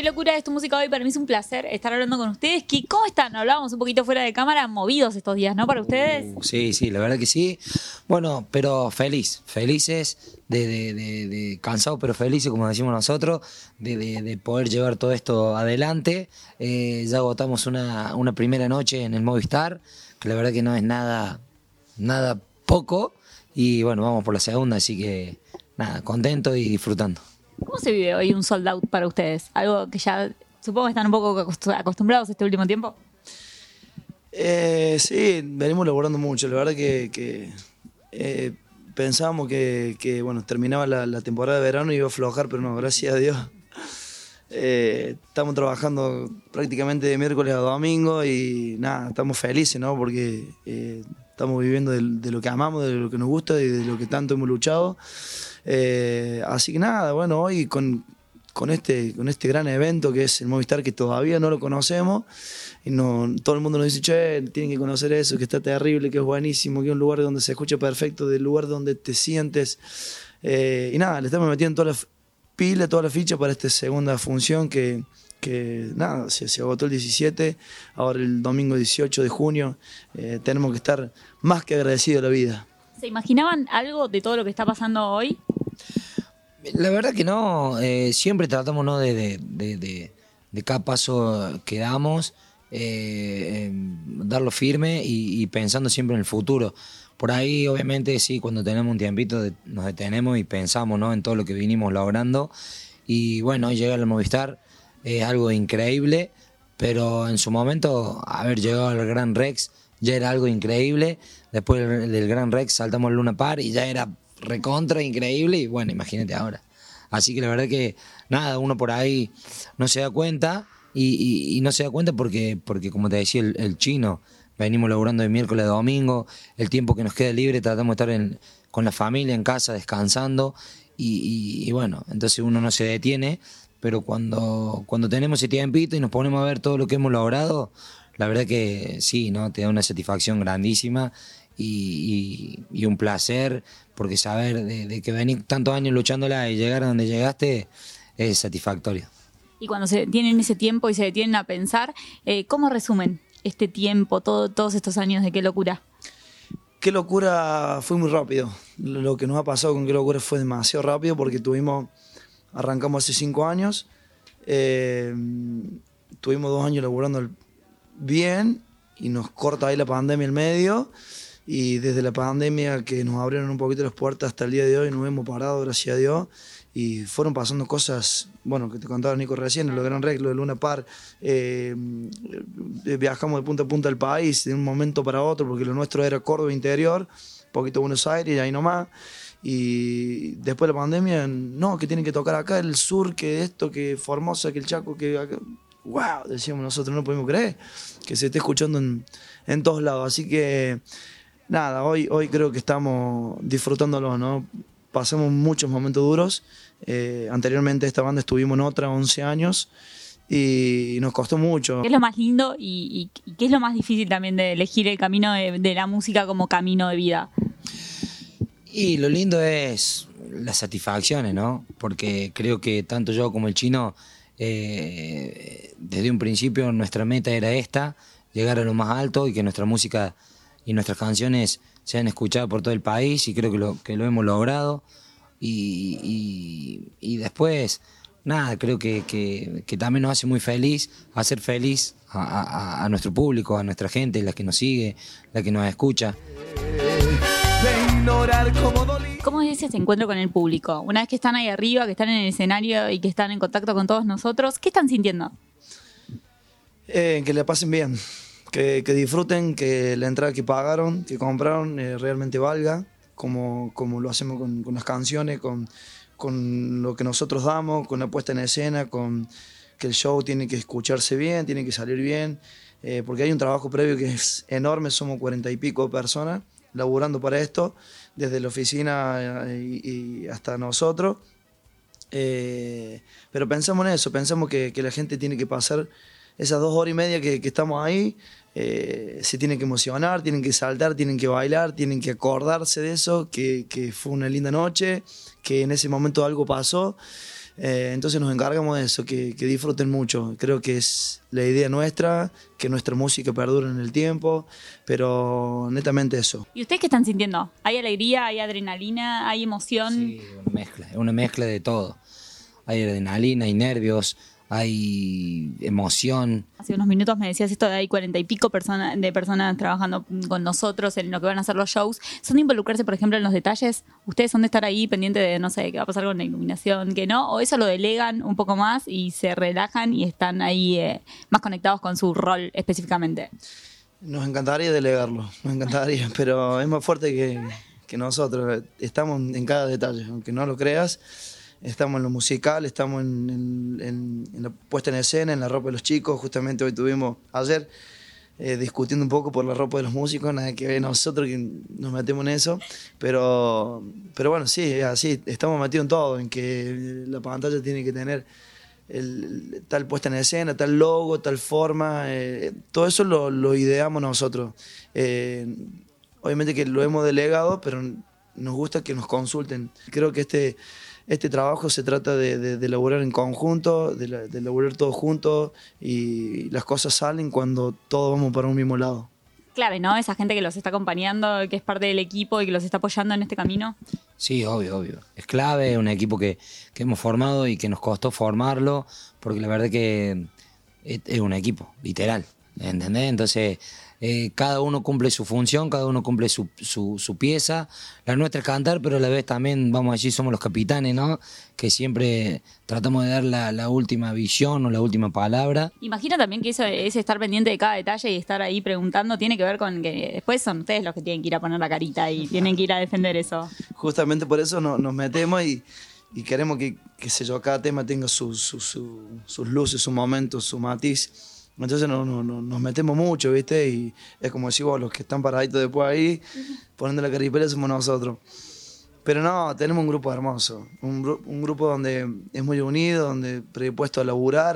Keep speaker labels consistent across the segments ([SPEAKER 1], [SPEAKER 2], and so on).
[SPEAKER 1] locura es tu música hoy. Para mí es un placer estar hablando con ustedes. ¿Cómo están? Hablábamos un poquito fuera de cámara, movidos estos días, ¿no? Para ustedes.
[SPEAKER 2] Sí, la verdad que sí. Bueno, pero felices, cansados pero felices, como decimos nosotros, de poder llevar todo esto adelante. Ya agotamos una primera noche en el Movistar, que la verdad que no es nada poco. Y bueno, vamos por la segunda, así que nada, contento y disfrutando.
[SPEAKER 1] ¿Cómo se vive hoy un sold out para ustedes? Algo que ya supongo que están un poco acostumbrados este último tiempo.
[SPEAKER 3] Sí, venimos laburando mucho. La verdad que pensábamos que bueno, terminaba la temporada de verano y iba a aflojar, pero no, gracias a Dios. Estamos trabajando prácticamente de miércoles a domingo y nada, estamos felices, ¿no? Porque estamos viviendo de lo que amamos, de lo que nos gusta y de lo que tanto hemos luchado. Así que nada, bueno, hoy con este gran evento que es el Movistar, que todavía no lo conocemos, y todo el mundo nos dice, che, tienen que conocer eso, que está terrible, que es buenísimo, que es un lugar donde se escucha perfecto, del lugar donde te sientes. Y nada, le estamos metiendo toda la pila, toda la ficha para esta segunda función que nada, se agotó el 17, ahora el domingo 18 de junio. Tenemos que estar más que agradecidos a la vida.
[SPEAKER 1] ¿Se imaginaban algo de todo lo que está pasando hoy?
[SPEAKER 2] La verdad que no, siempre tratamos, ¿no? de cada paso que damos, darlo firme y pensando siempre en el futuro. Por ahí, obviamente, sí, cuando tenemos un tiempito nos detenemos y pensamos, ¿no? En todo lo que vinimos logrando. Y bueno, hoy llegar al Movistar es algo increíble, pero en su momento haber llegado al Gran Rex ya era algo increíble. Después del Gran Rex saltamos al Luna Park y ya era recontra increíble. Y bueno, imagínate ahora. Así que la verdad que nada, uno por ahí no se da cuenta y no se da cuenta porque como te decía el chino, venimos laburando de miércoles a domingo, el tiempo que nos queda libre tratamos de estar con la familia en casa, descansando y bueno, entonces uno no se detiene, pero cuando tenemos ese tiempito y nos ponemos a ver todo lo que hemos logrado, la verdad que sí, ¿no? Te da una satisfacción grandísima y un placer, porque saber de que venís tantos años luchándola y llegar a donde llegaste es satisfactorio.
[SPEAKER 1] Y cuando se tienen ese tiempo y se detienen a pensar, ¿cómo resumen este tiempo, todos estos años de Qué Locura?
[SPEAKER 3] Qué Locura fue muy rápido. Lo que nos ha pasado con Qué Locura fue demasiado rápido porque arrancamos hace 5 años, tuvimos 2 años laburando bien y nos corta ahí la pandemia en medio. Y desde la pandemia que nos abrieron un poquito las puertas hasta el día de hoy nos hemos parado, gracias a Dios, y fueron pasando cosas, bueno, que te contaba Nico recién, lo de Gran Rex, lo de Luna Park, viajamos de punta a punta del país de un momento para otro, porque lo nuestro era Córdoba interior, un poquito Buenos Aires y ahí nomás, y después de la pandemia, no, que tienen que tocar acá el sur, que esto, que Formosa, que el Chaco, que acá. Wow, decíamos nosotros, no podemos creer que se esté escuchando en todos lados, así que nada, hoy creo que estamos disfrutándolo, ¿no? Pasamos muchos momentos duros. Anteriormente esta banda estuvimos en otra 11 años y nos costó mucho.
[SPEAKER 1] ¿Qué es lo más lindo y qué es lo más difícil también de elegir el camino de la música como camino de vida?
[SPEAKER 2] Y lo lindo es las satisfacciones, ¿no? Porque creo que tanto yo como el chino, desde un principio nuestra meta era esta, llegar a lo más alto y que nuestra música y nuestras canciones sean escuchadas por todo el país, y creo que lo hemos logrado. Y después, nada, creo que también nos hace muy feliz hacer feliz a nuestro público, a nuestra gente, la que nos sigue, la que nos escucha.
[SPEAKER 1] ¿Cómo es ese encuentro con el público? Una vez que están ahí arriba, que están en el escenario y que están en contacto con todos nosotros, ¿qué están sintiendo?
[SPEAKER 3] Que la pasen bien. Que disfruten, que la entrada que pagaron, que compraron, realmente valga, como lo hacemos con las canciones, con lo que nosotros damos, con la puesta en escena, con que el show tiene que escucharse bien, tiene que salir bien, porque hay un trabajo previo que es enorme, somos 40 y pico personas laburando para esto, desde la oficina y hasta nosotros, pero pensamos en eso, pensamos que la gente tiene que pasar esas 2 horas y media que estamos ahí, se tienen que emocionar, tienen que saltar, tienen que bailar, tienen que acordarse de eso, que fue una linda noche, que en ese momento algo pasó. Entonces nos encargamos de eso, que disfruten mucho. Creo que es la idea nuestra, que nuestra música perdure en el tiempo, pero netamente eso.
[SPEAKER 1] ¿Y ustedes qué están sintiendo? ¿Hay alegría, hay adrenalina, hay emoción?
[SPEAKER 2] Sí, es una mezcla de todo. Hay adrenalina, hay nervios, hay emoción.
[SPEAKER 1] Hace unos minutos me decías esto de hay 40 y pico de personas trabajando con nosotros en lo que van a ser los shows. ¿Son de involucrarse, por ejemplo, en los detalles? ¿Ustedes son de estar ahí pendientes de, no sé, qué va a pasar con la iluminación, qué no? ¿O eso lo delegan un poco más y se relajan y están ahí más conectados con su rol específicamente?
[SPEAKER 3] Nos encantaría delegarlo, nos encantaría, pero es más fuerte que nosotros. Estamos en cada detalle, aunque no lo creas. Estamos en lo musical, estamos en la puesta en escena, en la ropa de los chicos. Justamente hoy tuvimos, ayer, discutiendo un poco por la ropa de los músicos, nada que ver nosotros que nos metemos en eso. Pero bueno, sí, es así, estamos metidos en todo, en que la pantalla tiene que tener tal puesta en escena, tal logo, tal forma. Todo eso lo ideamos nosotros. Obviamente que lo hemos delegado, pero nos gusta que nos consulten. Creo que este trabajo se trata de elaborar en conjunto, de elaborar todos juntos, y las cosas salen cuando todos vamos para un mismo lado.
[SPEAKER 1] Clave, ¿no? Esa gente que los está acompañando, que es parte del equipo y que los está apoyando en este camino.
[SPEAKER 2] Sí, obvio. Es clave, es un equipo que hemos formado y que nos costó formarlo, porque la verdad que es un equipo, literal, ¿entendés? Entonces, cada uno cumple su función, cada uno cumple su pieza. La nuestra es cantar, pero a la vez también, vamos a decir, somos los capitanes, ¿no? Que siempre tratamos de dar la última visión o la última palabra.
[SPEAKER 1] Imagino también que eso es estar pendiente de cada detalle y estar ahí preguntando, tiene que ver con que después son ustedes los que tienen que ir a poner la carita y tienen que ir a defender eso.
[SPEAKER 3] Justamente por eso nos metemos y queremos que, qué sé yo, cada tema tenga sus luces, sus momentos, su matiz. Entonces nos metemos mucho, ¿viste? Y es como decís vos, los que están paraditos después ahí, poniendo la caripela, somos nosotros. Pero no, tenemos un grupo hermoso, un grupo donde es muy unido, donde predispuesto a laburar,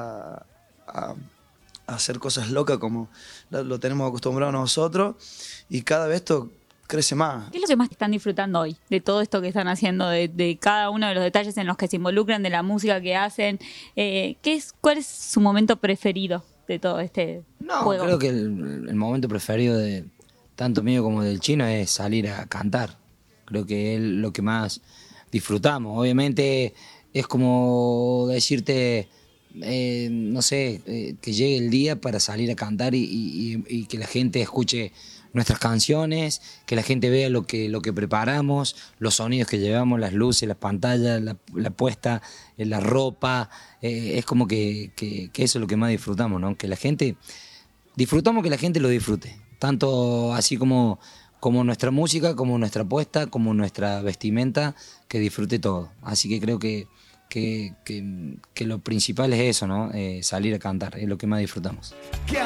[SPEAKER 3] a hacer cosas locas como lo tenemos acostumbrado nosotros, y cada vez esto crece más.
[SPEAKER 1] ¿Qué es lo que más están disfrutando hoy de todo esto que están haciendo, de cada uno de los detalles en los que se involucran, de la música que hacen? ¿Cuál es su momento preferido de todo este juego?
[SPEAKER 2] Creo que el momento preferido de tanto mío como del Chino es salir a cantar. Creo que es lo que más disfrutamos. Obviamente es como decirte, no sé, que llegue el día para salir a cantar y que la gente escuche nuestras canciones, que la gente vea lo que preparamos, los sonidos que llevamos, las luces, las pantallas, la puesta, la ropa. Es como que eso es lo que más disfrutamos, ¿no? Que la gente lo disfrute, tanto así como nuestra música, como nuestra puesta, como nuestra vestimenta, que disfrute todo. Así que creo que lo principal es eso, ¿no? Salir a cantar, es lo que más disfrutamos.
[SPEAKER 4] ¡Qué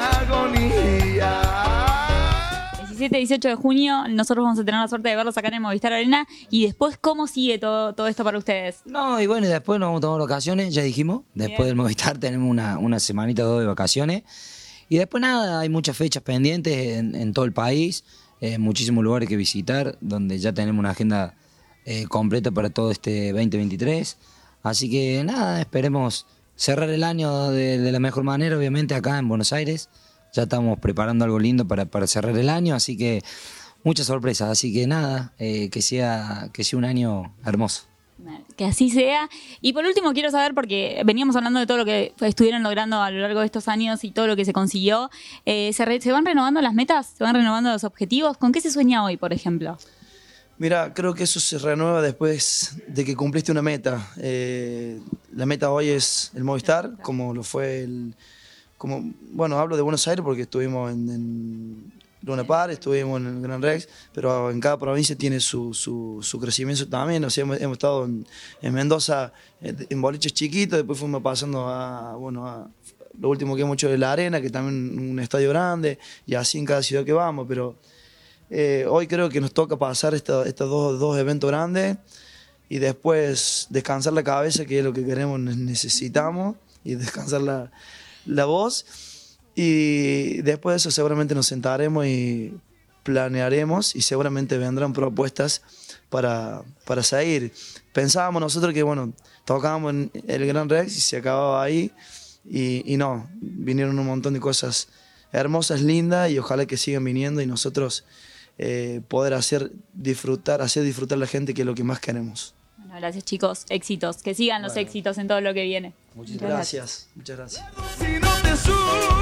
[SPEAKER 4] agonía!
[SPEAKER 1] 17 y 18 de junio nosotros vamos a tener la suerte de verlos acá en el Movistar Arena. Y después, ¿cómo sigue todo esto para ustedes?
[SPEAKER 2] No, y bueno, después nos vamos a tomar vacaciones, ya dijimos. Después
[SPEAKER 1] Bien.
[SPEAKER 2] del Movistar tenemos una semanita o dos de vacaciones. Y después nada, hay muchas fechas pendientes en todo el país, muchísimos lugares que visitar, donde ya tenemos una agenda completa para todo este 2023. Así que nada, esperemos cerrar el año de la mejor manera, obviamente acá en Buenos Aires. Ya estamos preparando algo lindo para cerrar el año, así que muchas sorpresas. Así que nada, que sea un año hermoso.
[SPEAKER 1] Que así sea. Y por último quiero saber, porque veníamos hablando de todo lo que estuvieron logrando a lo largo de estos años y todo lo que se consiguió, ¿se van renovando las metas? ¿Se van renovando los objetivos? ¿Con qué se sueña hoy, por ejemplo?
[SPEAKER 3] Mira, creo que eso se renueva después de que cumpliste una meta. La meta hoy es el Movistar, como lo fue bueno, hablo de Buenos Aires porque estuvimos en Luna Park, estuvimos en el Gran Rex, pero en cada provincia tiene su crecimiento también. O sea, hemos estado en Mendoza en boliches chiquitos, después fuimos pasando a lo último que hemos hecho de la Arena, que también un estadio grande, y así en cada ciudad que vamos. Pero hoy creo que nos toca pasar estos dos eventos grandes y después descansar la cabeza, que es lo que queremos, necesitamos, y descansar la voz. Y después de eso seguramente nos sentaremos y planearemos y seguramente vendrán propuestas para seguir. Pensábamos nosotros que, bueno, tocábamos en el Gran Rex y se acababa ahí, y no, vinieron un montón de cosas hermosas, lindas, y ojalá que sigan viniendo y nosotros poder hacer disfrutar a la gente, que es lo que más queremos.
[SPEAKER 1] Bueno, gracias chicos, éxitos, que sigan los éxitos en todo lo que viene.
[SPEAKER 3] Muchas gracias. Muchas gracias.
[SPEAKER 4] Si no te sube